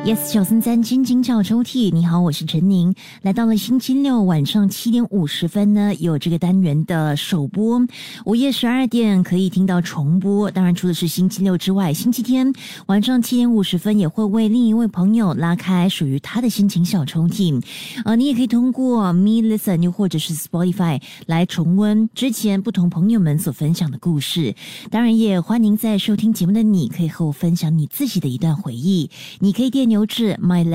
Yes 933心情小抽屉，你好，我是陈宁。来到了星期六晚上7点50分呢，有这个单元的首播。午夜12点可以听到重播。当然，除了是星期六之外，星期天晚上7点50分也会为另一位朋友拉开属于他的心情小抽屉。你也可以通过 Me Listen 又或者是 Spotify 来重温之前不同朋友们所分享的故事。当然，也欢迎在收听节目的你可以和我分享你自己的一段回忆。你可以电邮至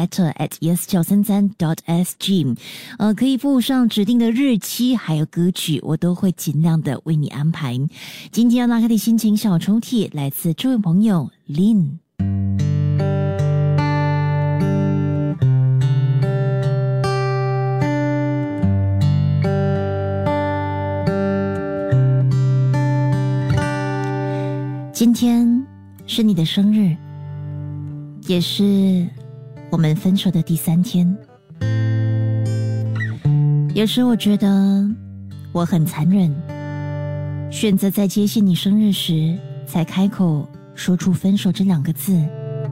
myletter@yes933.sg， 可以附上指定的日期还有歌曲，我都会尽量的为你安排。今天要拉开的心情小抽屉来自这位朋友 Lin。 今天是你的生日，也是我们分手的第3天。有时我觉得我很残忍，选择在接近你生日时才开口说出分手这2个字。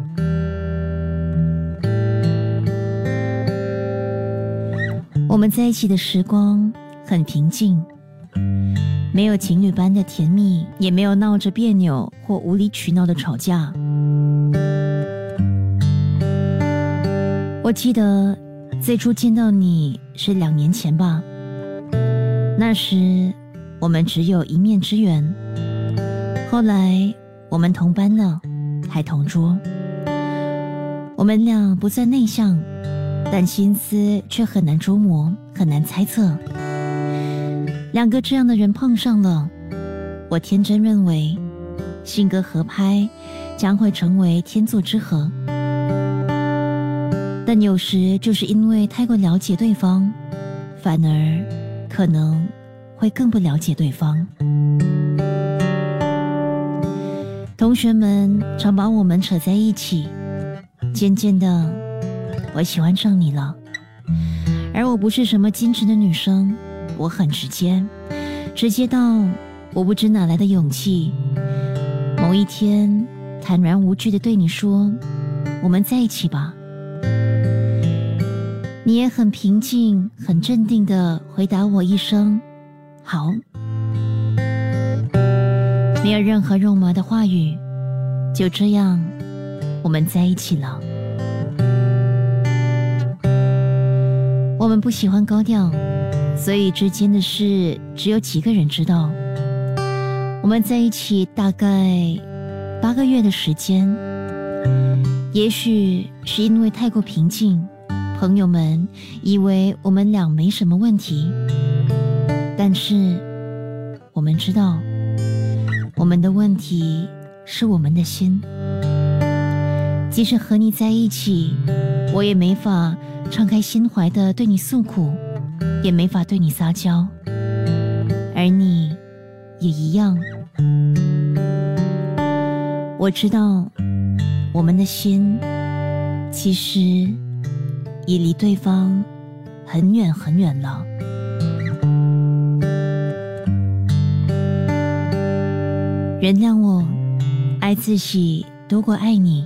我们在一起的时光很平静，没有情侣般的甜蜜，也没有闹着别扭或无理取闹的吵架。我记得最初见到你是2年前吧，那时我们只有一面之缘，后来我们同班了，还同桌。我们俩不算内向，但心思却很难捉摸，很难猜测。2个这样的人碰上了，我天真认为性格合拍将会成为天作之合。但有时就是因为太过了解对方，反而可能会更不了解对方。同学们常把我们扯在一起，渐渐的我喜欢上你了。而我不是什么矜持的女生，我很直接到我不知哪来的勇气，某一天坦然无惧地对你说，我们在一起吧。你也很平静很镇定地回答我一声好，没有任何肉麻的话语，就这样我们在一起了。我们不喜欢高调，所以之间的事只有几个人知道。我们在一起大概8个月的时间，也许是因为太过平静，朋友们以为我们俩没什么问题，但是我们知道，我们的问题是我们的心。即使和你在一起，我也没法敞开心怀地对你诉苦，也没法对你撒娇，而你也一样。我知道我们的心其实已离对方很远很远了。原谅我爱自己多过爱你。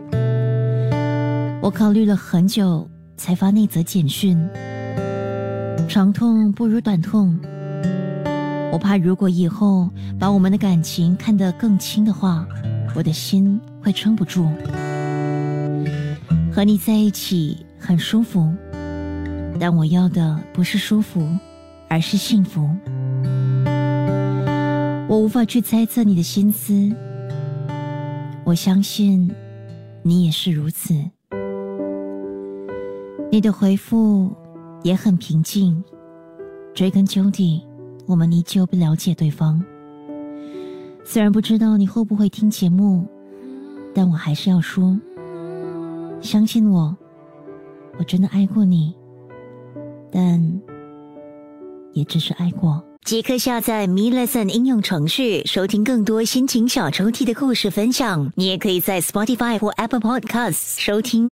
我考虑了很久才发那则简讯，长痛不如短痛。我怕如果以后把我们的感情看得更轻的话，我的心会撑不住。和你在一起很舒服，但我要的不是舒服，而是幸福。我无法去猜测你的心思，我相信你也是如此。你的回复也很平静，追根究底，我们依旧不了解对方。虽然不知道你会不会听节目，但我还是要说，相信我，我真的爱过你，但也只是爱过。即刻下载 Me Listen 应用程序，收听更多心情小抽屉的故事分享。你也可以在 Spotify 或 Apple Podcasts 收听。